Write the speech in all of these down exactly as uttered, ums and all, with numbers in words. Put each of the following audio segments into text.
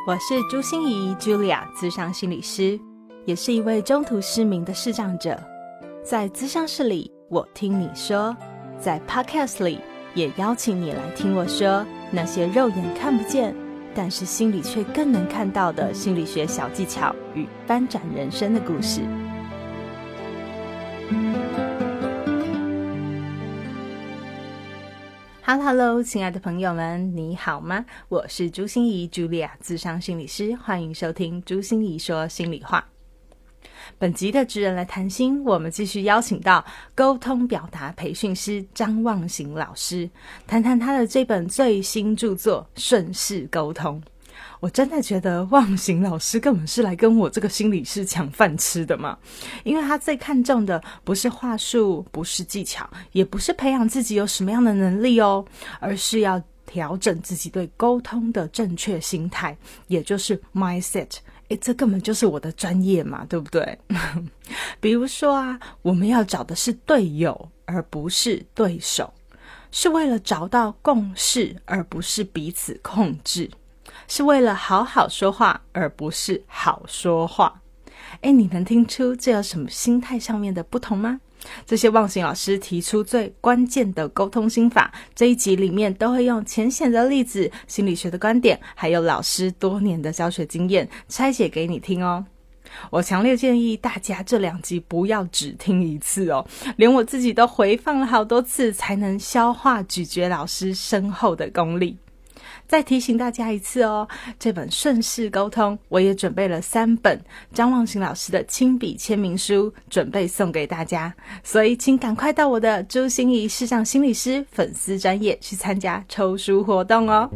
我是朱心怡 Julia 諮商心理师，也是一位中途失明的视障者。在諮商室里，我听你说，在 Podcast 里也邀请你来听我说那些肉眼看不见但是心里却更能看到的心理学小技巧与翻转人生的故事。Hello Hello， 亲爱的朋友们，你好吗？我是朱心怡 Julia 諮商心理师，欢迎收听朱心怡说心里话。本集的职人来谈心，我们继续邀请到沟通表达培训师张忘形老师，谈谈他的这本最新著作《顺势沟通》。我真的觉得忘形老师根本是来跟我这个心理师抢饭吃的嘛，因为他最看重的不是话术，不是技巧，也不是培养自己有什么样的能力哦，而是要调整自己对沟通的正确心态，也就是 mindset。诶，这根本就是我的专业嘛，对不对？比如说啊，我们要找的是队友，而不是对手，是为了找到共识，而不是彼此控制，是为了好好说话，而不是好说话。诶，你能听出这有什么心态上面的不同吗？这些忘形老师提出最关键的沟通心法，这一集里面都会用浅显的例子、心理学的观点，还有老师多年的教学经验拆解给你听哦。我强烈建议大家这两集不要只听一次哦，连我自己都回放了好多次才能消化咀嚼老师深厚的功力。再提醒大家一次哦，这本顺势沟通我也准备了三本张忘形老师的亲笔签名书，准备送给大家，所以请赶快到我的朱心怡视障心理师粉丝专页去参加抽书活动哦。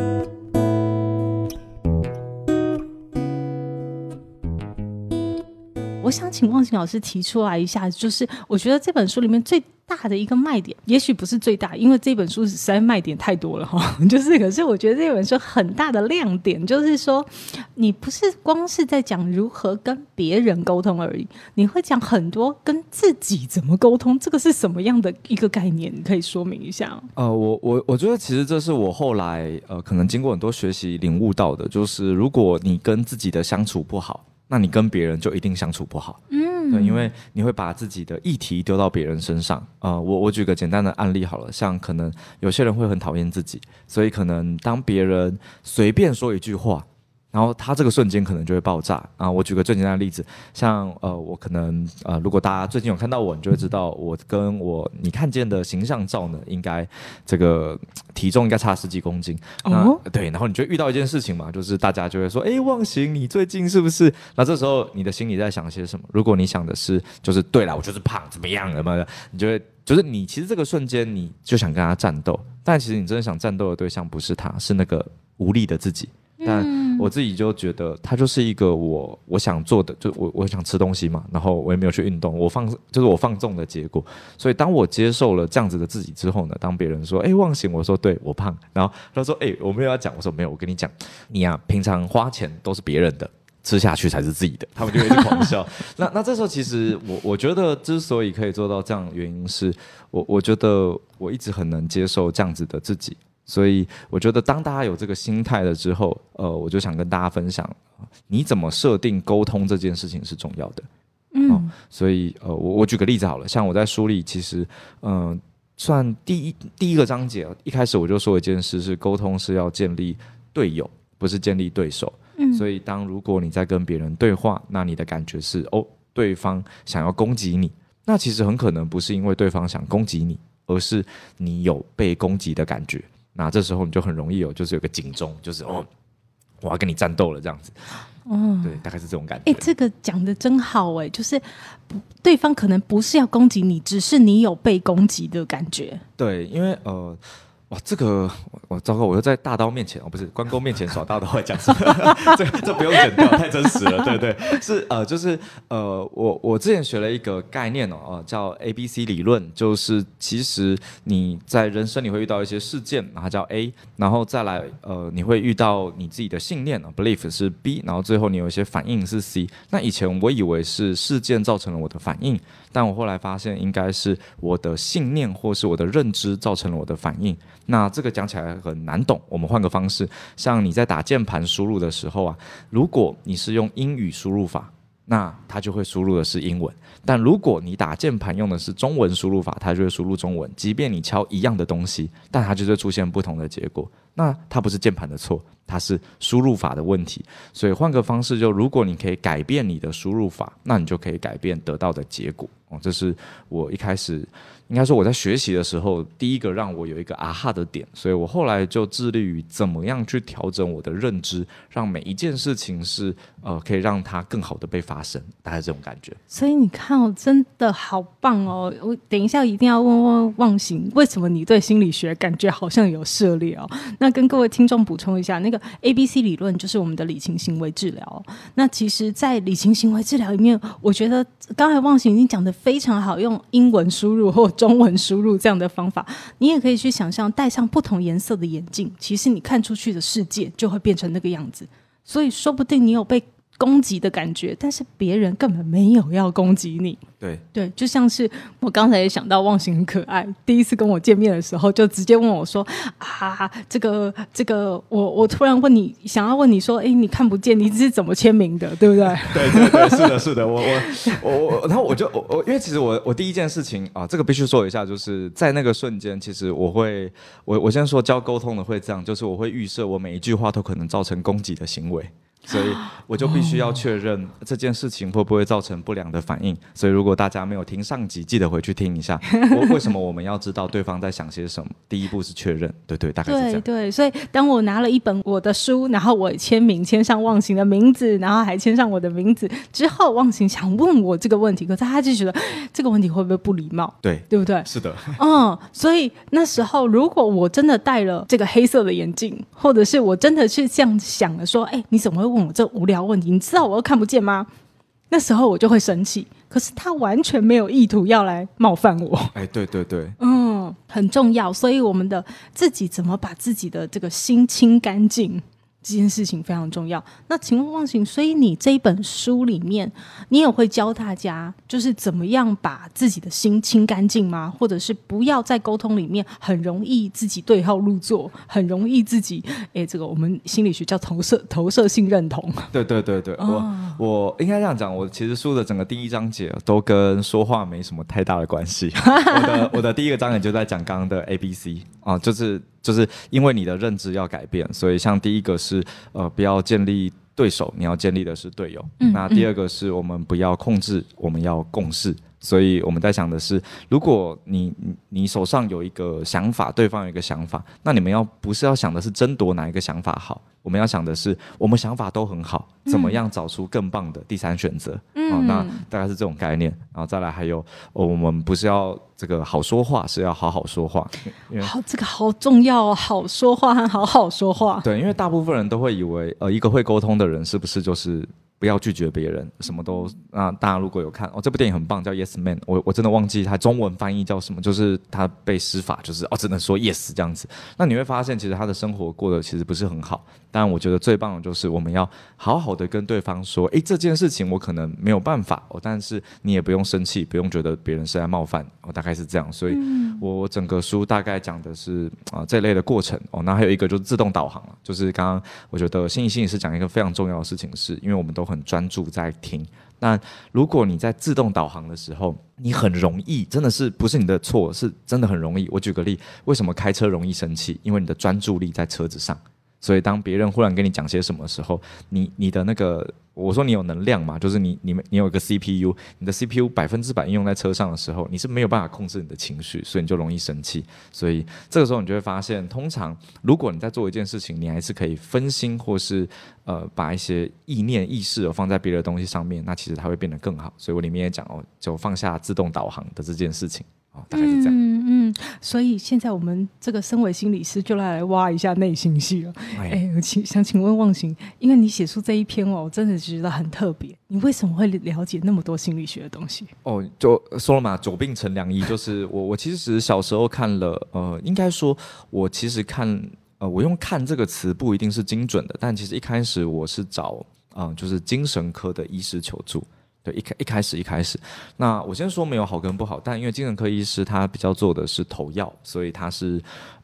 我想请忘形老师提出来一下，就是我觉得这本书里面最大的一个卖点，也许不是最大，因为这本书实在卖点太多了哈。就是可是我觉得这本书很大的亮点就是说，你不是光是在讲如何跟别人沟通而已，你会讲很多跟自己怎么沟通，这个是什么样的一个概念？你可以说明一下。 呃，我我我觉得其实这是我后来呃可能经过很多学习领悟到的，就是如果你跟自己的相处不好，那你跟别人就一定相处不好。嗯，对，因为你会把自己的议题丢到别人身上。呃，我我举个简单的案例好了，像可能有些人会很讨厌自己，所以可能当别人随便说一句话，然后他这个瞬间可能就会爆炸啊！我举个最简单的例子，像呃，我可能呃，如果大家最近有看到我，你就会知道我跟我你看见的形象照呢，应该这个体重应该差十几公斤。哦，对，然后你就遇到一件事情嘛，就是大家就会说，哎，忘形，你最近是不是？那这时候你的心里在想些什么？如果你想的是，就是对啦，我就是胖，怎么样了嘛？你就会就是你其实这个瞬间你就想跟他战斗，但其实你真的想战斗的对象不是他，是那个无力的自己。但我自己就觉得它就是一个我我想做的，就我我想吃东西嘛，然后我也没有去运动，我放就是我放纵的结果。所以当我接受了这样子的自己之后呢，当别人说哎忘形，我说对我胖，然后他说哎我没有要讲，我说没有，我跟你讲，你啊平常花钱都是别人的，吃下去才是自己的，他们就会一直狂笑。那那这时候其实我我觉得之所以可以做到这样，原因是我我觉得我一直很能接受这样子的自己。所以我觉得当大家有这个心态了之后，呃，我就想跟大家分享，你怎么设定沟通这件事情是重要的。嗯，哦、所以呃，我我举个例子好了，像我在书里其实，嗯、呃，算第一第一个章节，一开始我就说一件事是沟通是要建立队友，不是建立对手。嗯，所以当如果你在跟别人对话，那你的感觉是哦，对方想要攻击你，那其实很可能不是因为对方想攻击你，而是你有被攻击的感觉。那这时候你就很容易有，就是有个警钟，就是哦，我要跟你战斗了这样子。哦，对，大概是这种感觉。 哎，这个讲得真好哎，就是对方可能不是要攻击你，只是你有被攻击的感觉。 对，因为呃。哇，这个我糟糕，我又在大刀面前哦，不是关公面前耍大刀，会讲什么？这这不用剪掉，太真实了。对对，是呃，就是呃，我我之前学了一个概念哦，呃、叫 A B C 理论，就是其实你在人生你会遇到一些事件，然后叫 A， 然后再来呃，你会遇到你自己的信念 belief 是 B， 然后最后你有一些反应是 C。那以前我以为是事件造成了我的反应，但我后来发现应该是我的信念或是我的认知造成了我的反应。那这个讲起来很难懂，我们换个方式，像你在打键盘输入的时候啊，如果你是用英语输入法，那它就会输入的是英文，但如果你打键盘用的是中文输入法，它就会输入中文，即便你敲一样的东西，但它就会出现不同的结果，那它不是键盘的错，它是输入法的问题。所以换个方式，就如果你可以改变你的输入法，那你就可以改变得到的结果。哦，这是我一开始应该说我在学习的时候第一个让我有一个啊哈的点，所以我后来就致力于怎么样去调整我的认知，让每一件事情是呃可以让它更好的被发生，大概这种感觉。 所以你看哦，真的好棒哦！我等一下一定要问问忘形，为什么你对心理学感觉好像有涉猎哦？那跟各位听众补充一下，那个 A B C 理论就是我们的理情行为治疗哦。那其实在理情行为治疗里面，我觉得刚才忘形已经讲得非常好，用英文输入或中文输入这样的方法，你也可以去想象戴上不同颜色的眼镜，其实你看出去的世界就会变成那个样子。所以说不定你有被攻击的感觉，但是别人根本没有要攻击你。 对对，就像是我刚才也想到忘形很可爱，第一次跟我见面的时候就直接问我说啊，这个这个我我突然问你，想要问你说，哎，你看不见，你是怎么签名的，对不对？ 对对对，是的是的，我我我我，然后我就我我因为其实我我第一件事情啊，这个必须说一下，就是在那个瞬间，其实我会我我先说教沟通的会这样，就是我会预设我每一句话都可能造成攻击的行为。所以我就必须要确认这件事情会不会造成不良的反应。所以如果大家没有听上集，记得回去听一下。为什么我们要知道对方在想些什么？第一步是确认，对对，大概是这样。 对对，所以当我拿了一本我的书，然后我签名签上忘形的名字，然后还签上我的名字之后，忘形想问我这个问题，可是他就觉得这个问题会不会不礼貌？ 对， 对不对？ 是的。 嗯，所以那时候如果我真的戴了这个黑色的眼镜，或者是我真的是这样想了说，哎，你怎么会问我这无聊问题？你知道我又看不见吗？那时候我就会生气，可是他完全没有意图要来冒犯我。 哎，对对对， 嗯，很重要。所以我们的自己怎么把自己的这个心清干净，这件事情非常重要。那请问忘形，所以你这一本书里面，你也会教大家，就是怎么样把自己的心清干净吗？或者是不要在沟通里面很容易自己对号入座，很容易自己，哎，这个我们心理学叫投射投射性认同。 对对对对， 哦、 我我应该这样讲，我其实书的整个第一章节都跟说话没什么太大的关系。我的我的第一个章节就在讲刚刚的 A B C 啊，就是就是因为你的认知要改变，所以像第一个是呃不要建立对手，你要建立的是队友。嗯、那第二个是我们不要控制，我们要共事。所以我们在想的是，如果你你手上有一个想法，对方有一个想法，那你们要不是要想的是争夺哪一个想法好，我们要想的是我们想法都很好，怎么样找出更棒的第三选择。嗯、哦，那大概是这种概念。然后再来还有、哦、我们不是要这个好说话，是要好好说话。 好，这个好重要哦，好说话和好好说话。 对，因为大部分人都会以为，呃，一个会沟通的人是不是就是不要拒绝别人，什么都啊，大家如果有看哦，这部电影很棒，叫 Yes Man， 我我真的忘记它中文翻译叫什么，就是他被施法，就是哦只能说 yes 这样子。那你会发现，其实他的生活过得其实不是很好。但我觉得最棒的就是我们要好好的跟对方说，哎，这件事情我可能没有办法哦，但是你也不用生气，不用觉得别人是在冒犯，哦，大概是这样。所以我我整个书大概讲的是啊、呃、这类的过程哦。那还有一个就是自动导航了，就是刚刚我觉得心理心理师讲一个非常重要的事情是，因为我们都很专注在听。那如果你在自动导航的时候，你很容易，真的是不是你的错，是真的很容易。我举个例，为什么开车容易生气？因为你的专注力在车子上。所以当别人忽然跟你讲些什么的时候，你你的那个，我说你有能量嘛，就是你你你有一个 C P U， 你的 C P U 百分之百应用在车上的时候，你是没有办法控制你的情绪，所以你就容易生气。所以这个时候你就会发现，通常如果你在做一件事情，你还是可以分心，或是呃把一些意念意识放在别的东西上面，那其实它会变得更好。所以我里面也讲哦，就放下自动导航的这件事情。哦、大概是这样。 嗯嗯，所以现在我们这个身为心理师，就来挖一下内心戏了。哎，我请想请问忘形，因为你写出这一篇哦，我真的觉得很特别。你为什么会了解那么多心理学的东西？ 哦，就说了嘛，久病成良医，就是我我其实小时候看了，呃，应该说，我其实看，呃，我用“看”这个词不一定是精准的，但其实一开始我是找，嗯、呃，就是精神科的医师求助。对，一开一开始一开始，那我先说没有好跟不好，但因为精神科医师他比较做的是投药，所以他是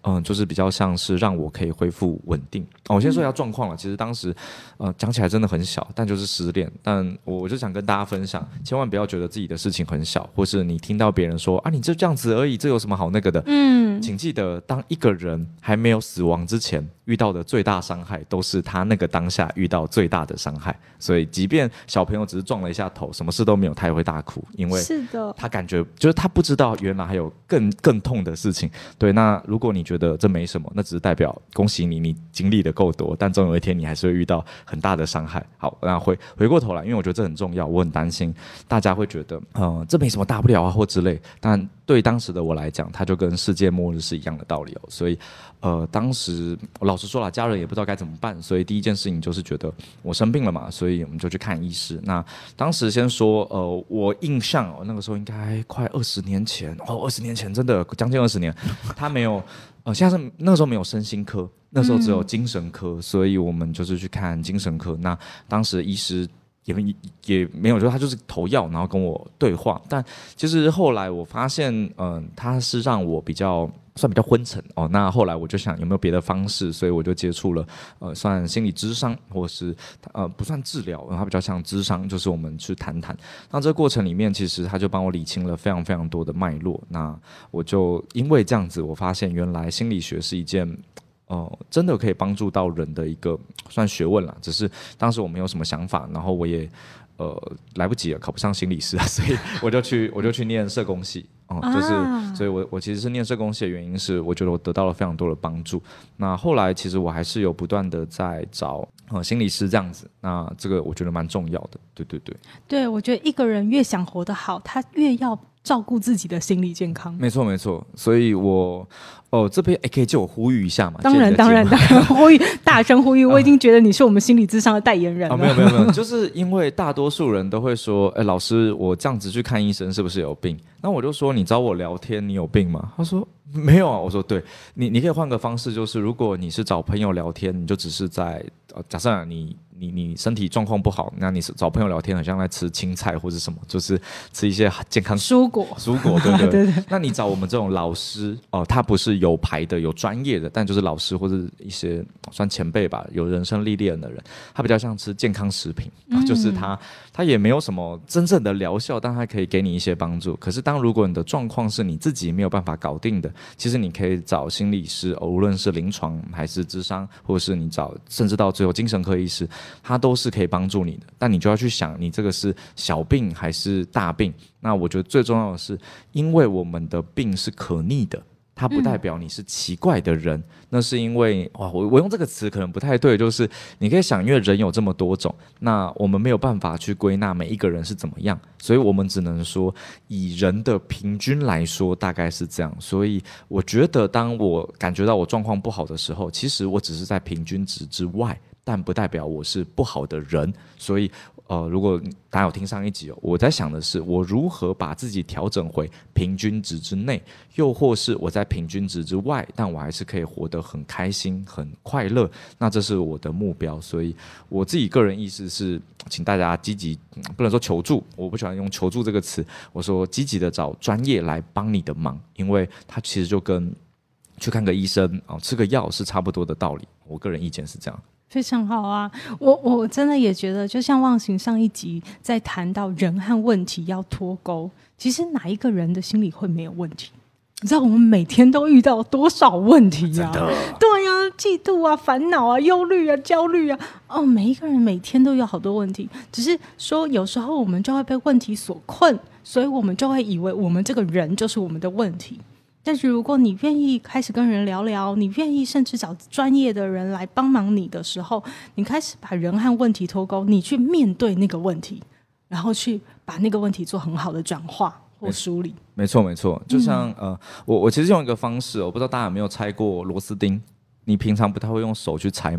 嗯、呃，就是比较像是让我可以恢复稳定。哦，我先说一下状况了，其实当时呃讲起来真的很小，但就是失恋。但我就想跟大家分享，千万不要觉得自己的事情很小，或是你听到别人说啊，你就这样子而已，这有什么好那个的？嗯，请记得，当一个人还没有死亡之前，遇到的最大伤害都是他那个当下遇到最大的伤害。所以，即便小朋友只是撞了一下头，什么事都没有，他也会大哭，因为是的， 他感觉就是他不知道原来还有更更痛的事情。对，那如果你觉得这没什么，那只是代表恭喜你，你经历的够多，但总有一天你还是会遇到很大的伤害。好，那回回过头来，因为我觉得这很重要，我很担心大家会觉得，呃，这没什么大不了啊，或之类。但对当时的我来讲，它就跟世界末日是一样的道理哦。所以，呃，当时老实说了，家人也不知道该怎么办，所以第一件事情就是觉得我生病了嘛，所以我们就去看医师。那当时先说，呃，我印象哦，那个时候应该快二十年前哦，二十年前真的将近二十年，他没有。呃，现在是那个时候没有身心科，那时候只有精神科，嗯、所以我们就是去看精神科。那当时医师也也没有，就他就是投药，然后跟我对话。但其实后来我发现，嗯、呃，他是让我比较算比较昏沉哦。那后来我就想有没有别的方式，所以我就接触了呃，算心理咨商，或是呃不算治疗，它比较像咨商，就是我们去谈谈。那这个过程里面，其实他就帮我理清了非常非常多的脉络。那我就因为这样子，我发现原来心理学是一件。哦、呃，真的可以帮助到人的一个算学问啦。只是当时我没有什么想法，然后我也呃来不及了，考不上心理师，所以我就去我就去念社工系。哦、嗯，就是，啊、所以我我其实是念社工系的原因是，我觉得我得到了非常多的帮助。那后来其实我还是有不断的在找呃心理师这样子，那这个我觉得蛮重要的。对对对， 对，我觉得一个人越想活得好，他越要照顾自己的心理健康。 没错没错，所以我哦这边也可以借我呼吁一下嘛。 当然当然当然，呼吁大声呼吁，我已经觉得你是我们心理咨商的代言人了。 啊、没有没有没有，就是因为大多数人都会说，哎，老师，我这样子去看医生是不是有病？那我就说，你找我聊天，你有病吗？他说没有啊。我说对，你你可以换个方式，就是如果你是找朋友聊天，你就只是在呃，假设你。你你身体状况不好，那你找朋友聊天，很像在吃青菜或是什么，就是吃一些健康蔬果， 蔬果，对不对？ 对对。 那你找我们这种老师哦、呃，他不是有牌的、有专业的，但就是老师或者一些算前辈吧，有人生历练的人，他比较像吃健康食品，嗯、就是他他也没有什么真正的疗效，但他可以给你一些帮助。可是当如果你的状况是你自己没有办法搞定的，其实你可以找心理师，无论是临床还是諮商，或者是你找甚至到最后精神科医师。它都是可以帮助你的，但你就要去想，你这个是小病还是大病？那我觉得最重要的是，因为我们的病是可逆的，它不代表你是奇怪的人。嗯、那是因为哇，我我用这个词可能不太对，就是你可以想，因为人有这么多种，那我们没有办法去归纳每一个人是怎么样，所以我们只能说以人的平均来说，大概是这样。所以我觉得，当我感觉到我状况不好的时候，其实我只是在平均值之外。但不代表我是不好的人，所以呃，如果大家有听上一集哦，我在想的是，我如何把自己调整回平均值之内，又或是我在平均值之外，但我还是可以活得很开心、很快乐。那这是我的目标，所以我自己个人意思是，请大家积极，不能说求助，我不喜欢用求助这个词，我说积极的找专业来帮你的忙，因为它其实就跟去看个医生啊、吃个药是差不多的道理。我个人意见是这样。 非常好啊，我我真的也觉得，就像忘形上一集在谈到人和问题要脱钩，其实哪一个人的心理会没有问题？你知道我们每天都遇到多少问题啊？对啊，嫉妒啊、烦恼啊、忧虑啊、焦虑啊，哦，每一个人每天都有好多问题，只是说有时候我们就会被问题所困，所以我们就会以为我们这个人就是我们的问题。但是如果你愿意开始跟人聊聊，你愿意甚至找专业的人来帮忙你的时候，你开始把人和问题脱钩，你去面对那个问题，然后去把那个问题做很好的转化或梳理。 没错没错，就像、嗯、呃，我我其实用一个方式，我不知道大家有没有拆过螺丝钉，你平常不太会用手去拆嘛？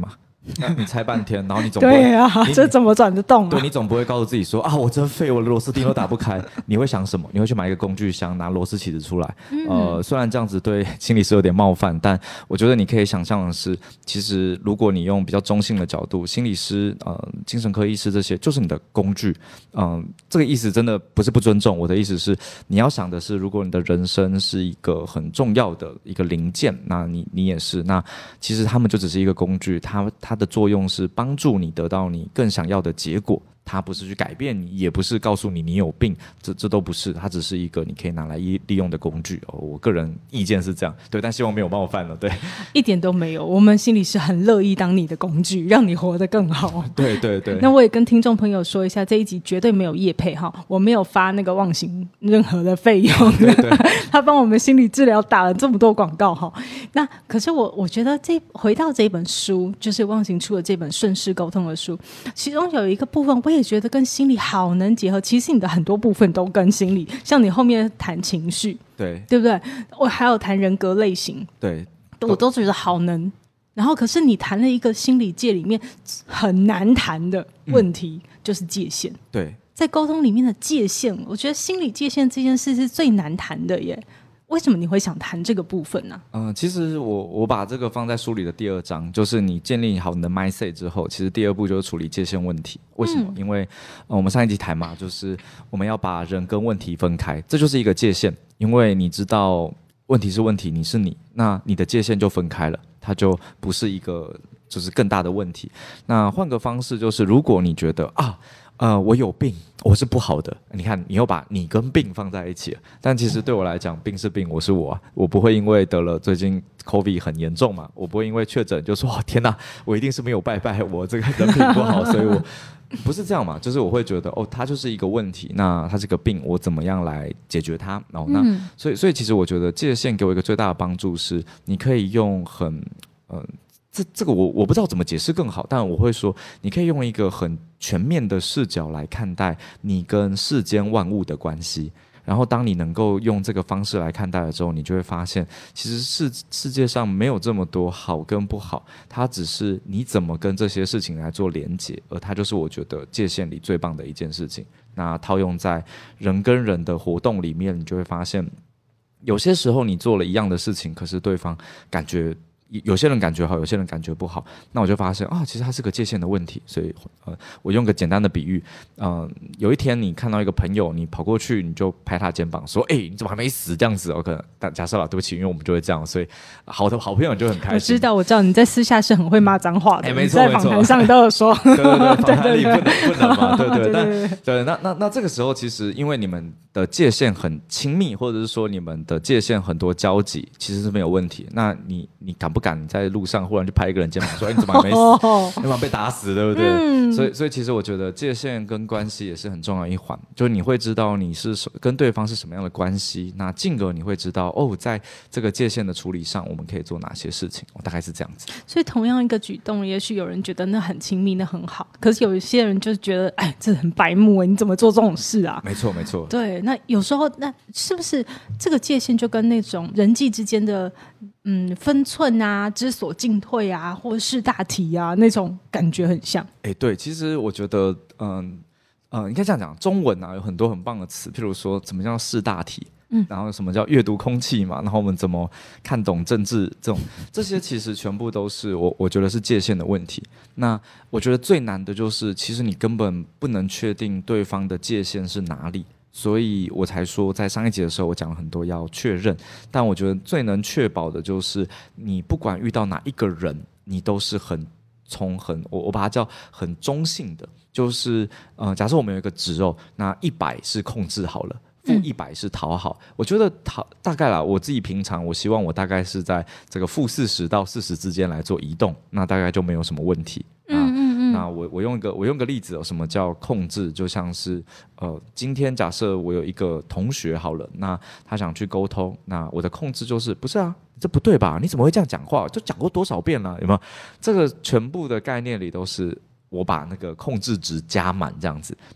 那你猜半天，然后你总不会对啊，这怎么转得动啊？ 对，你总不会告诉自己说啊，我真废，我的螺丝钉都打不开。你会想什么？你会去买一个工具箱，拿螺丝起子出来。嗯、呃，虽然这样子对心理师有点冒犯，但我觉得你可以想象的是，其实如果你用比较中性的角度，心理师、呃，精神科医师这些就是你的工具。嗯、呃，这个意思真的不是不尊重，我的意思是，你要想的是，如果你的人生是一个很重要的一个零件，那你你也是，那其实他们就只是一个工具，它它的作用是帮助你得到你更想要的结果。它不是去改变你，也不是告诉你你有病，这这都不是，它只是一个你可以拿来利用的工具、哦、我个人意见是这样，对，但希望没有冒犯了，对， 一点都没有，我们心里是很乐意当你的工具，让你活得更好。 对对对。 那我也跟听众朋友说一下，这一集绝对没有业配哈，我没有发那个忘形任何的费用，对对他帮我们心理治疗打了这么多广告哈。那可是我我觉得这回到这本书，就是忘形出的这本顺势沟通的书，其中有一个部分我也觉得跟心理好能结合，其实你的很多部分都跟心理，像你后面谈情绪， 对对不对？我还有谈人格类型， 对， 我都觉得好能。然后可是你谈了一个心理界里面很难谈的问题、嗯、就是界限。 对， 在沟通里面的界限，我觉得心理界限这件事是最难谈的耶。为什么你会想谈这个部分呢、啊？ 嗯，其实我我把这个放在书里的第二章，就是你建立好你的 mindset 之后，其实第二步就是处理界限问题。为什么？嗯、因为、呃、我们上一集谈嘛，就是我们要把人跟问题分开，这就是一个界限。因为你知道问题是问题，你是你，那你的界限就分开了，它就不是一个就是更大的问题。那换个方式，就是如果你觉得啊。呃，我有病，我是不好的。你看，你又把你跟病放在一起了，但其实对我来讲，病是病，我是我、啊，我不会因为得了最近 COVID 很严重嘛，我不会因为确诊就说哦天哪，我一定是没有拜拜，我这个人品不好，所以我不是这样嘛，就是我会觉得哦，它就是一个问题，那它是个病，我怎么样来解决它？然后那、嗯、所以所以其实我觉得界限给我一个最大的帮助是，你可以用很嗯。呃这这个我我不知道怎么解释更好，但我会说，你可以用一个很全面的视角来看待你跟世间万物的关系。然后，当你能够用这个方式来看待了之后，你就会发现，其实世世界上没有这么多好跟不好，它只是你怎么跟这些事情来做连结，而它就是我觉得界限里最棒的一件事情。那套用在人跟人的活动里面，你就会发现，有些时候你做了一样的事情，可是对方感觉。有些人感觉好，有些人感觉不好，那我就发现啊，其实它是个界限的问题。所以，呃，我用个简单的比喻，嗯、呃，有一天你看到一个朋友，你跑过去，你就拍他肩膀说：“哎、欸，你怎么还没死？”这样子，我可能但假设啦，对不起，因为我们就会这样，所以好的好朋友就很开心。 我知道，我知道你在私下是很会骂脏话的， 欸、没错， 在访谈上都有说， 对对对，访谈里不能不能嘛，对对， 对对但对那那那这个时候，其实因为你们的界限很亲密，或者是说你们的界限很多交集，其实是没有问题。那你你敢不敢在路上忽然就拍一个人肩膀说：“哎、欸，你怎么还没死？你怎么被打死？对不对？”嗯、所以，所以其实我觉得界限跟关系也是很重要一环，就是你会知道你是跟对方是什么样的关系，那进而你会知道哦，在这个界限的处理上，我们可以做哪些事情。大概是这样子。 所以，同样一个举动，也许有人觉得那很亲密，那很好，可是有一些人就觉得，哎，这很白目哎，你怎么做这种事啊？ 没错，没错。 对，那有时候，那是不是这个界限就跟那种人际之间的？嗯，分寸啊，知所进退啊，或识大体啊，那种感觉很像。 哎、欸，对，其实我觉得，嗯嗯，应该这样讲，中文啊有很多很棒的词，譬如说，怎么叫识大体，嗯，然后什么叫阅读空气嘛，然后我们怎么看懂政治，这种这些其实全部都是我我觉得是界限的问题。那我觉得最难的就是，其实你根本不能确定对方的界限是哪里。所以我才说，在上一集的时候，我讲了很多要确认，但我觉得最能确保的就是，你不管遇到哪一个人，你都是很从很我我把它叫很中性的，就是呃，假设我们有一个值哦，那一百是控制好了。负一百是讨好，嗯、我觉得讨大概啦，我自己平常我希望我大概是在这个负四十到四十之间来做移动，那大概就没有什么问题。嗯嗯嗯。那我我用一个我用个例子哦，什么叫控制？就像是呃，今天假设我有一个同学好了，那他想去沟通，那我的控制就是不是啊？这不对吧？你怎么会这样讲话？就讲过多少遍了？有没有？这个全部的概念里都是我把那个控制值加满这样子。那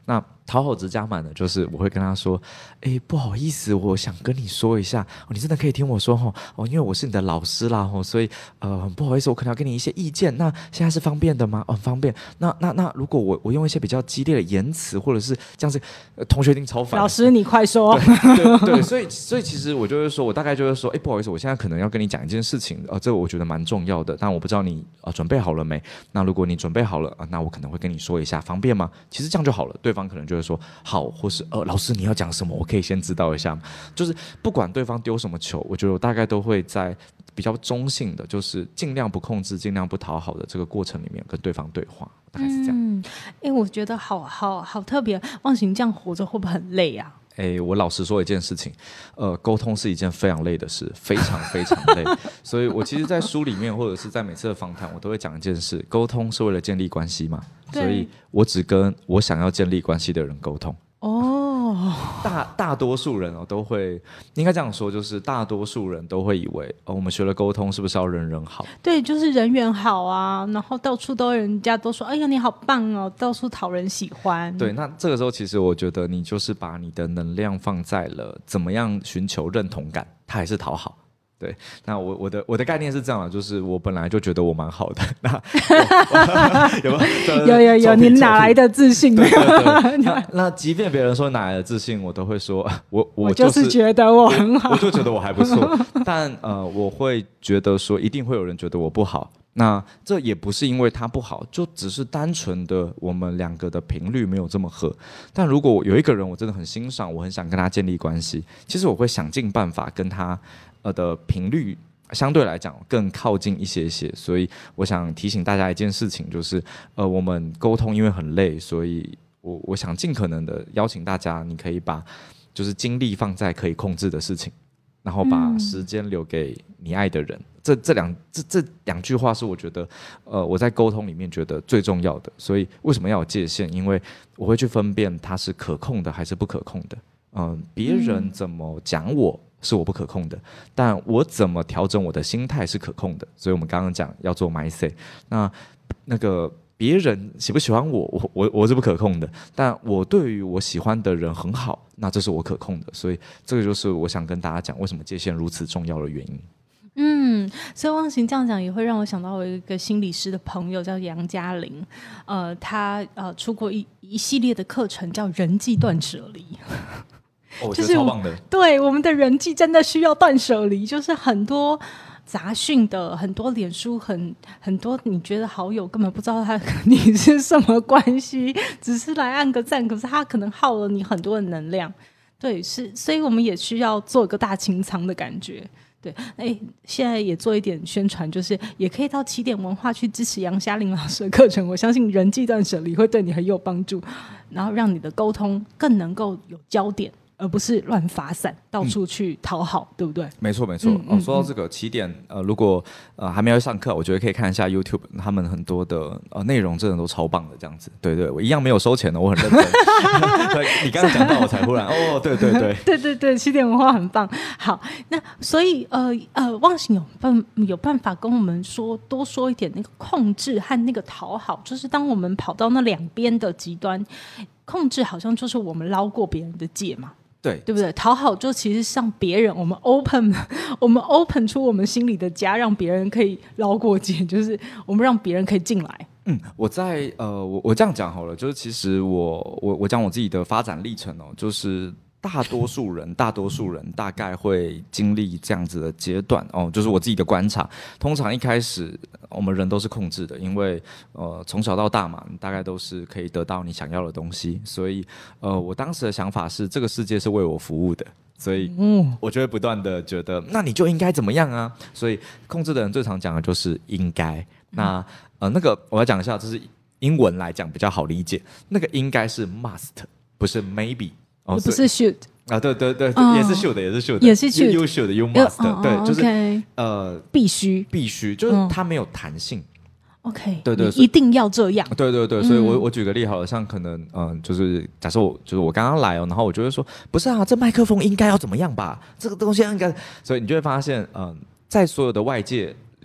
讨好值加满的，就是我会跟他说，哎，不好意思，我想跟你说一下，哦，你真的可以听我说哦，哦，因为我是你的老师啦，哦，所以呃，很不好意思，我可能要给你一些意见。那现在是方便的吗？哦，很方便。那那那，如果我我用一些比较激烈的言辞，或者是这样子，呃、同学一定超烦。 老师，你快说。 对对对，所以所以其实我就会说，我大概就会说，哎，不好意思，我现在可能要跟你讲一件事情，呃，这个我觉得蛮重要的，但我不知道你呃准备好了没？那如果你准备好了，呃，那我可能会跟你说一下，方便吗？其实这样就好了，对方可能就会说好。或是呃，老师你要讲什么，我可以先知道一下。就是不管对方丢什么球，我觉得我大概都会在比较中性的，就是尽量不控制、尽量不讨好的这个过程里面跟对方对话，大概是这样。 嗯，哎，我觉得好好好特别。忘形这样活着会不会很累啊？ 哎，我老实说一件事情，呃，沟通是一件非常累的事，非常非常累。所以我其实，在书里面或者是在每次的访谈，我都会讲一件事：沟通是为了建立关系嘛。所以我只跟我想要建立关系的人沟通。哦，大大多数人哦都会，应该这样说，就是大多数人都会以为，哦，我们学了沟通是不是要人人好？ 对，就是人缘好啊，然后到处都人家都说，哎呀你好棒哦，到处讨人喜欢。 对，那这个时候其实我觉得你就是把你的能量放在了怎么样寻求认同感，它还是讨好。对，那我我的我的概念是这样的，就是我本来就觉得我蛮好的，那有没有？ 有有有，你哪来的自信？ 对对对那, 那即便别人说哪来的自信，我都会说，我我、就是、 我就是觉得我很好， 我就觉得我还不错。但呃，我会觉得说，一定会有人觉得我不好。那这也不是因为他不好，就只是单纯的我们两个的频率没有这么合。但如果有一个人我真的很欣赏，我很想跟他建立关系，其实我会想尽办法跟他呃的频率相对来讲更靠近一些些。所以我想提醒大家一件事情，就是呃我们沟通因为很累，所以我我想尽可能的邀请大家，你可以把就是精力放在可以控制的事情，然后把时间留给你爱的人。嗯这这两这这两句话是我觉得，呃，我在沟通里面觉得最重要的。所以为什么要有界限？因为我会去分辨它是可控的还是不可控的。嗯、呃，别人怎么讲我是我不可控的，但我怎么调整我的心态是可控的。所以我们刚刚讲要做 mindset， 那那个别人喜不喜欢我，我我我是不可控的，但我对于我喜欢的人很好，那这是我可控的。所以这个就是我想跟大家讲，为什么界限如此重要的原因。 嗯，所以忘形这样讲也会让我想到我有一个心理师的朋友叫杨嘉玲，呃，他呃出过一一系列的课程叫人际断舍离。 哦，我觉得超棒的。 对，我们的人际真的需要断舍离，就是很多杂讯的，很多脸书很很多你觉得好友根本不知道他跟你是什么关系，只是来按个赞，可是他可能耗了你很多的能量。对，是，所以我们也需要做一个大清仓的感觉。对，哎，现在也做一点宣传，就是也可以到起点文化去支持杨嘉玲老师的课程。我相信人际断舍离会对你很有帮助，然后让你的沟通更能够有焦点，而不是乱发散，到处去讨好，嗯、对不对？ 没错，没错。嗯嗯、哦，说到这个起点，呃，如果呃还没有上课，我觉得可以看一下 YouTube， 他们很多的呃内容真的都超棒的，这样子。对对，我一样没有收钱的，我很认真。你刚刚讲到，我才忽然哦，对对对， 对对对，起点文化很棒。好，那所以呃呃，忘形有办有办法跟我们说多说一点那个控制和那个讨好，就是当我们跑到那两边的极端，控制好像就是我们捞过别人的界嘛。 对， 对不对？讨好就其实像别人，我们 open， 我们 open 出我们心里的家，让别人可以捞过界，就是我们让别人可以进来。 嗯，我在呃，我我这样讲好了，就是其实我我我讲我自己的发展历程哦，就是大多数人，大多数人大概会经历这样子的阶段哦，就是我自己的观察。通常一开始我们人都是控制的，因为呃从小到大嘛，你大概都是可以得到你想要的东西，所以呃我当时的想法是，这个世界是为我服务的。所以我就会不断的觉得，那你就应该怎么样啊？所以控制的人最常讲的就是应该。那呃，那个我要讲一下，这是英文来讲比较好理解。那个应该是 must， 不是 maybe， 哦，不是 should 啊，对对对， 哦、 也是 should， 也是 should， 也是 should， you should you must，、哦、对，就是、 okay、 呃必须必须，就是它没有弹性。 OK， 对对， 一定要这样。 对对对，所以我我举个例好了，像可能嗯、呃，就是假设我就是我刚刚来哦，然后我就会说，不是啊，这麦克风应该要怎么样吧？这个东西应该，所以你就会发现，嗯、呃，在所有的外界里，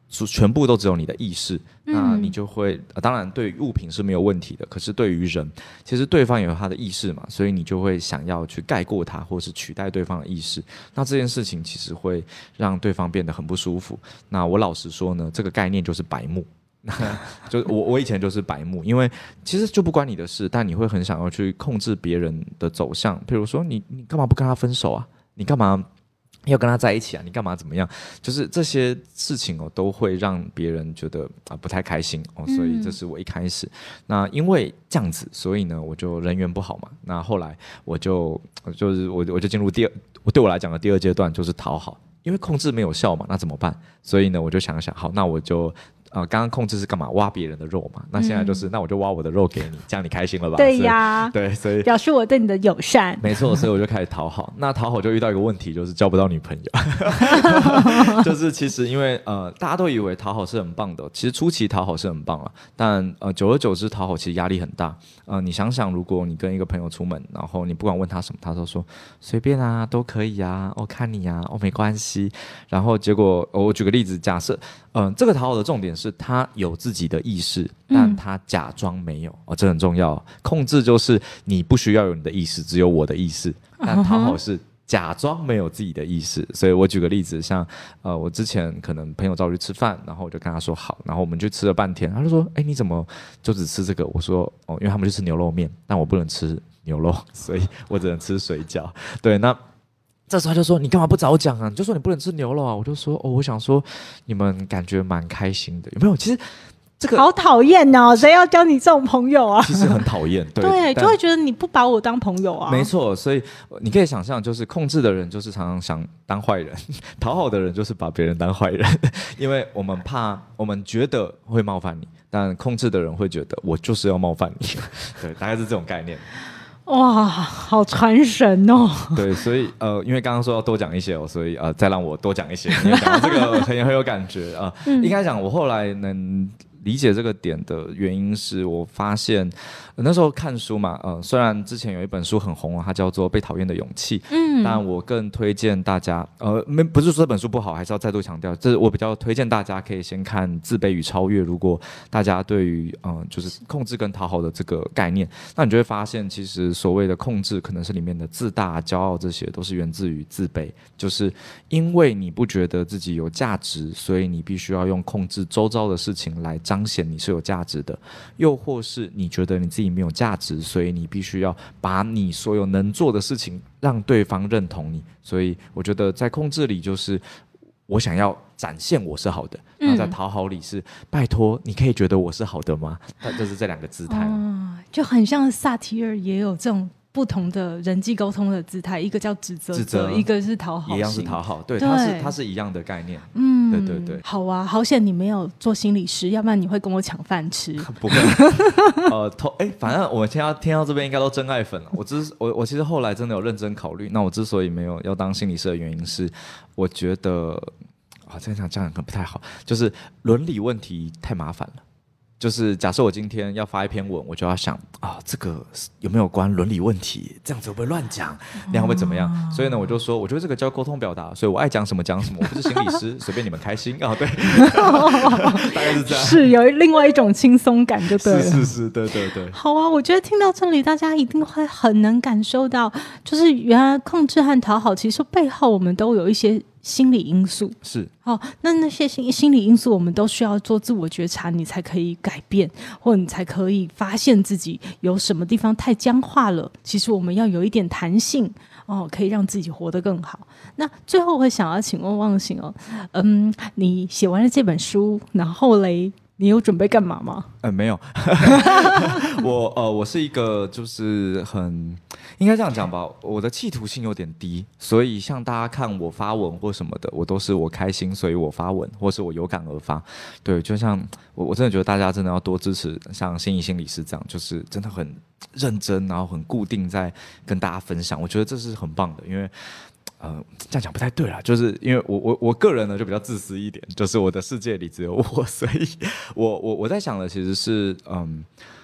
全部都只有你的意识，嗯、那你就会、呃、当然对于物品是没有问题的，可是对于人，其实对方也有他的意识嘛，所以你就会想要去盖过他，或是取代对方的意识。那这件事情其实会让对方变得很不舒服。那我老实说呢，这个概念就是白目。就我我以前就是白目，因为其实就不关你的事，但你会很想要去控制别人的走向。譬如说你你干嘛不跟他分手啊？你干嘛要跟他在一起啊？你干嘛怎么样？就是这些事情哦，都会让别人觉得啊不太开心哦。所以这是我一开始、嗯、那因为这样子，所以呢我就人缘不好嘛。那后来我就就是我我就进入第二，对我来讲的第二阶段就是讨好，因为控制没有效嘛，那怎么办？所以呢我就想想，好，那我就。呃，刚刚控制是干嘛？挖别人的肉嘛。那现在就是，嗯、那我就挖我的肉给你，这样你开心了吧？ 对呀， 对，所以表示我对你的友善。 没错，所以我就开始讨好。那讨好就遇到一个问题，就是交不到女朋友。就是其实因为呃，大家都以为讨好是很棒的，其实初期讨好是很棒了，但呃，久而久之讨好其实压力很大。呃，你想想，如果你跟一个朋友出门，然后你不管问他什么，他都说随便啊，都可以啊，我、哦、看你啊，哦没关系。然后结果、哦、我举个例子，假设嗯、呃，这个讨好的重点是他有自己的意识，但他假装没有、嗯、哦，这很重要。控制就是你不需要有你的意识，只有我的意识，但讨好是假装没有自己的意识。所以我举个例子，像呃，我之前可能朋友找我去吃饭，然后我就跟他说好，然后我们就吃了半天，他就说，哎，你怎么就只吃这个？我说哦，因为他们就吃牛肉面，但我不能吃牛肉，所以我只能吃水饺。对，那。这时候他就说：“你干嘛不早讲啊？你就说你不能吃牛肉啊！”我就说：“哦，我想说你们感觉蛮开心的，有没有？其实这个好讨厌哦，谁要交你这种朋友啊？ 其实很讨厌，对， 对，就会觉得你不把我当朋友啊。 没错，所以你可以想象，就是控制的人就是常常想当坏人，讨好的人就是把别人当坏人，因为我们怕，我们觉得会冒犯你，但控制的人会觉得我就是要冒犯你，对，大概是这种概念。” 哇，好传神哦！ 对，所以呃，因为刚刚说要多讲一些哦，所以呃，再让我多讲一些。因为讲到这个很很有感觉啊、呃嗯。应该讲，我后来能理解这个点的原因是我发现、呃、那时候看书嘛，呃，虽然之前有一本书很红、哦、它叫做《被讨厌的勇气》，嗯，但我更推荐大家，呃，没不是说这本书不好，还是要再度强调，这我比较推荐大家可以先看《自卑与超越》。如果大家对于嗯、呃、就是控制跟讨好的这个概念，那你就会发现，其实所谓的控制，可能是里面的自大、骄傲，这些都是源自于自卑，就是因为你不觉得自己有价值，所以你必须要用控制周遭的事情来彰显你是有价值的，又或是你觉得你自己没有价值，所以你必须要把你所有能做的事情让对方认同你。所以我觉得在控制里就是我想要展现我是好的，然后在讨好里是拜托你可以觉得我是好的吗？那就是这两个姿态、哦、 就很像萨提尔也有这种不同的人际沟通的姿态，一个叫指责者，一个是讨好， 一样是讨好， 对, 对它是它是一样的概念。 嗯， 对对对。 好啊，好险你没有做心理师，要不然你会跟我抢饭吃。 不会呃，哎，反正我听到听到这边应该都真爱粉了。我之我我其实后来真的有认真考虑，那我之所以没有要当心理师的原因是，我觉得啊，这样讲可能不太好，就是伦理问题太麻烦了。就是假设我今天要发一篇文，我就要想啊，这个有没有关伦理问题？这样子会不会乱讲？那样会怎么样？哦、所以呢，我就说，我觉得这个叫沟通表达，所以我爱讲什么讲什么，我不是心理师，随便你们开心啊。对，大概是这样。 是有另外一种轻松感，就对了。 是是是，对对对。 好啊，我觉得听到这里，大家一定会很能感受到，就是原来控制和讨好，其实背后我们都有一些心理因素。 是。 好，那那些心心理因素，我们都需要做自我觉察，你才可以改变，或你才可以发现自己有什么地方太僵化了。其实我们要有一点弹性哦，可以让自己活得更好。那最后我会想要请问忘形哦，嗯，你写完了这本书，然后嘞，你有准备干嘛吗？ 呃，没有，我呃，我是一个就是很应该这样讲吧，我的企图性有点低，所以像大家看我发文或什么的，我都是我开心，所以我发文，或是我有感而发。对，就像我，我真的觉得大家真的要多支持，像心仪心理师这样，就是真的很认真，然后很固定在跟大家分享，我觉得这是很棒的，因为。呃，这样讲不太对啦，就是因为我我我个人呢就比较自私一点，就是我的世界里只有我，所以我我我在想的其实是，嗯，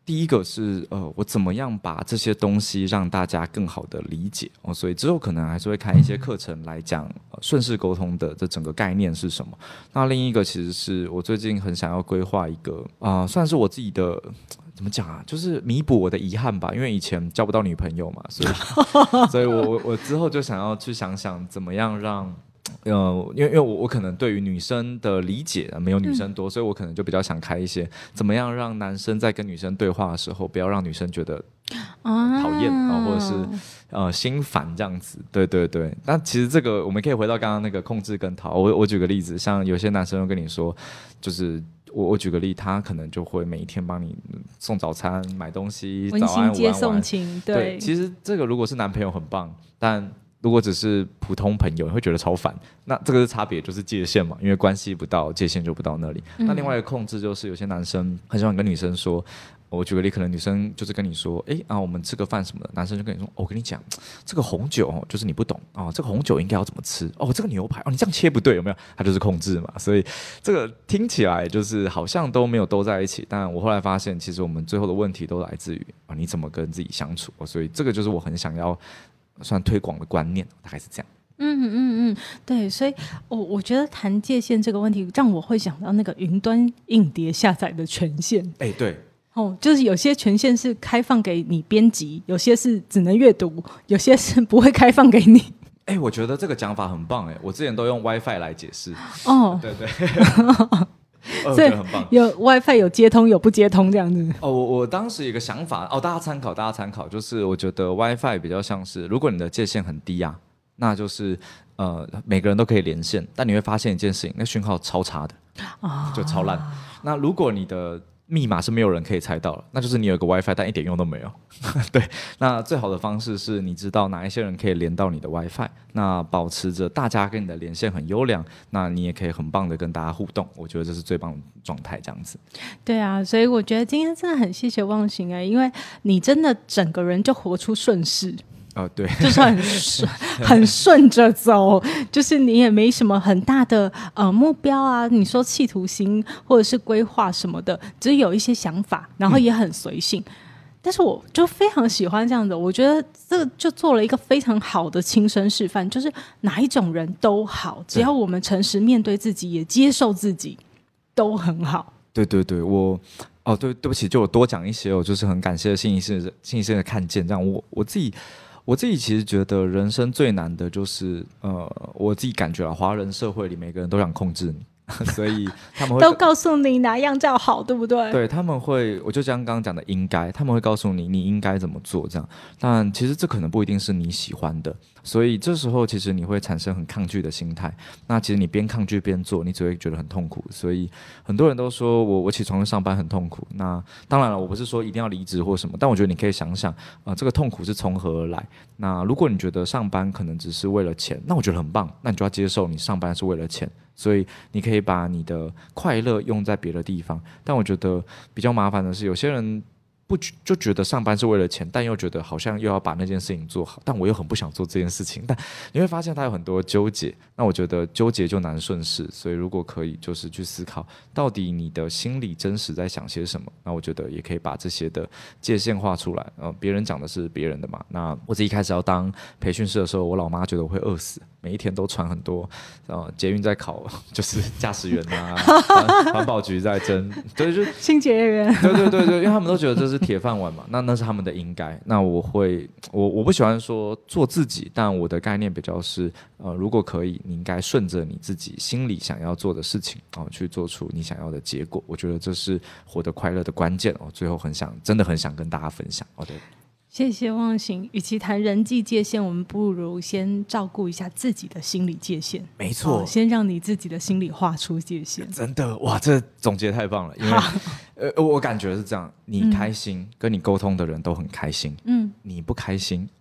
第一个是呃，我怎么样把这些东西让大家更好的理解哦，所以之后可能还是会开一些课程来讲、呃、顺势沟通的这整个概念是什么。那另一个其实是我最近很想要规划一个啊、呃，算是我自己的怎么讲啊，就是弥补我的遗憾吧，因为以前交不到女朋友嘛，所以所以我我之后就想要去想想怎么样让。呃，因为因为我我可能对于女生的理解没有女生多、嗯，所以我可能就比较想开一些，怎么样让男生在跟女生对话的时候，不要让女生觉得讨厌啊，或者是呃心烦这样子。对对对，那其实这个我们可以回到刚刚那个控制跟讨。我我举个例子，像有些男生会跟你说，就是我我举个例，他可能就会每一天帮你送早餐、买东西， 温馨接送情，对。 对，其实这个如果是男朋友很棒，但如果只是普通朋友，你会觉得超烦。那这个是差别，就是界限嘛，因为关系不到，界限就不到那里。嗯、那另外一个控制就是，有些男生很喜欢跟女生说，我举个例，可能女生就是跟你说，哎啊，我们吃个饭什么的，男生就跟你说，哦、我跟你讲，这个红酒哦，就是你不懂哦，这个红酒应该要怎么吃哦，这个牛排哦，你这样切不对，有没有？他就是控制嘛。所以这个听起来就是好像都没有都在一起，但我后来发现，其实我们最后的问题都来自于啊，你怎么跟自己相处、哦。所以这个就是我很想要。算推广的观念，大概是这样。 嗯嗯嗯，对，所以我我觉得谈界限这个问题，让我会想到那个云端硬碟下载的权限。 哎，对， 哦，就是有些权限是开放给你编辑，有些是只能阅读，有些是不会开放给你。 哎，我觉得这个讲法很棒，哎，我之前都用 WiFi 来解释。 哦， 对对。 所以有 WiFi 有接通有不接通这样子。 哦，我我当时有一个想法哦，大家参考，大家参考，就是我觉得 WiFi 比较像是，如果你的界限很低啊，那就是呃每个人都可以连线，但你会发现一件事情，那讯号超差的，啊、就超烂。那如果你的密码是没有人可以猜到了，那就是你有一个 WiFi 但一点用都没有。对，那最好的方式是你知道哪一些人可以连到你的 WiFi， 那保持着大家跟你的连线很优良，那你也可以很棒的跟大家互动，我觉得这是最棒的状态，这样子。 对啊，所以我觉得今天真的很谢谢忘形啊，因为你真的整个人就活出顺势。 哦，对， 就是很顺很顺着走，就是你也没什么很大的呃目标啊，你说企图心或者是规划什么的，只是有一些想法，然后也很随性、嗯、但是我就非常喜欢这样的，我觉得这个就做了一个非常好的亲身示范，就是哪一种人都好，只要我们诚实面对自己，也接受自己，都很好。 对对对，我哦对对不起，就我多讲一些，我就是很感谢心理师心理师的看见，这样我我自己。我自己其实觉得人生最难的就是，呃，我自己感觉啊，华人社会里每个人都想控制你，所以他们会都告诉你哪样叫好，对不对？ 对，他们会，我就像刚刚讲的应该，他们会告诉你你应该怎么做这样，但其实这可能不一定是你喜欢的，所以这时候其实你会产生很抗拒的心态，那其实你边抗拒边做，你只会觉得很痛苦，所以很多人都说我我起床上班很痛苦，那当然了，我不是说一定要离职或什么，但我觉得你可以想想，呃，这个痛苦是从何而来？那如果你觉得上班可能只是为了钱，那我觉得很棒，那你就要接受你上班是为了钱，所以你可以把你的快乐用在别的地方，但我觉得比较麻烦的是，有些人不就觉得上班是为了钱，但又觉得好像又要把那件事情做好，但我又很不想做这件事情，但你会发现他有很多纠结，那我觉得纠结就难顺势，所以如果可以就是去思考到底你的心里真实在想些什么，那我觉得也可以把这些的界限画出来，呃，别人讲的是别人的嘛，那我自己一开始要当培训师的时候，我老妈觉得我会饿死，每一天都传很多，呃，捷运在考就是驾驶员啊，环保局在争，对，就清洁员， 对对对对，因为他们都觉得这是铁饭碗嘛，那那是他们的应该。那我会，我我不喜欢说做自己，但我的概念比较是，呃，如果可以，你应该顺着你自己心里想要做的事情哦，去做出你想要的结果。我觉得这是活得快乐的关键哦。最后很想，真的很想跟大家分享哦，对。 谢谢忘形，与其谈人际界限，我们不如先照顾一下自己的心理界限。 没错、哦、 先让你自己的心里画出界限。 真的哇，这总结太棒了，因为呃，我感觉是这样，你开心、嗯、跟你沟通的人都很开心，嗯，你不开心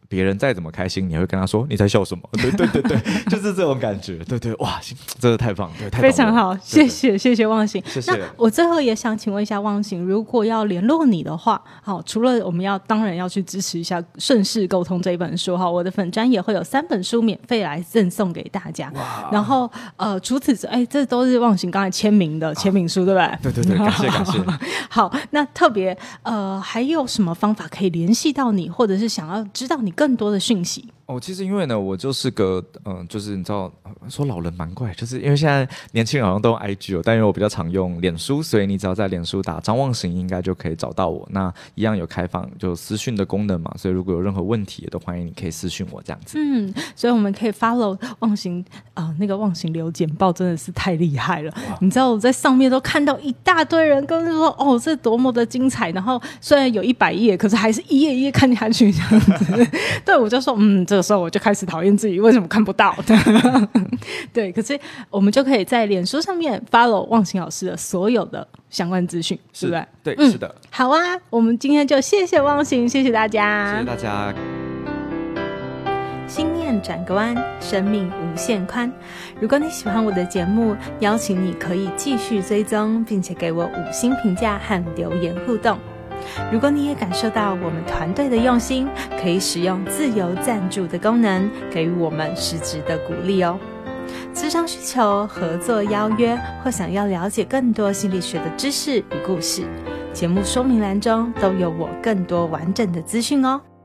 别人再怎么开心，你会跟他说你在笑什么？对对对对，就是这种感觉。对对，哇，真的太棒，对，太棒了， 非常好， 对谢谢谢谢忘形。 谢谢。 那我最后也想请问一下忘形，如果要联络你的话，好，除了我们要当然要去支持一下顺势沟通这一本书哈，我的粉专也会有三本书免费来赠送给大家。然后呃，除此之外，哎，这都是忘形刚才签名的签名书，对不对？ 对对对，感谢感谢。 好，那特别呃，还有什么方法可以联系到你，或者是想要知道你更多的讯息？ 哦，其实因为呢，我就是个嗯、呃，就是你知道，说老人蛮怪，就是因为现在年轻人好像都用 I G 哦，但因为我比较常用脸书，所以你只要在脸书打张忘形，应该就可以找到我。那一样有开放就私讯的功能嘛，所以如果有任何问题，也都欢迎你可以私讯我这样子。 嗯，所以我们可以 follow 忘形啊、呃，那个忘形流简报真的是太厉害了。你知道我在上面都看到一大堆人跟说，哦，这多么的精彩。然后虽然有一百页，可是还是一页一页看下去这样子。对，我就说，嗯，这个时候我就开始讨厌自己为什么看不到。对，可是我们就可以在脸书上面 follow 忘形老师的所有的相关资讯，是不是？ 对， 嗯， 是的。 好啊，我们今天就谢谢忘形，谢谢大家， 谢谢大家。 心念转个弯，生命无限宽。如果你喜欢我的节目，邀请你可以继续追踪，并且给我五星评价和留言互动。如果你也感受到我们团队的用心，可以使用自由赞助的功能，给予我们实质的鼓励哦。咨商需求、合作邀约，或想要了解更多心理学的知识与故事，节目说明栏中都有我更多完整的资讯哦。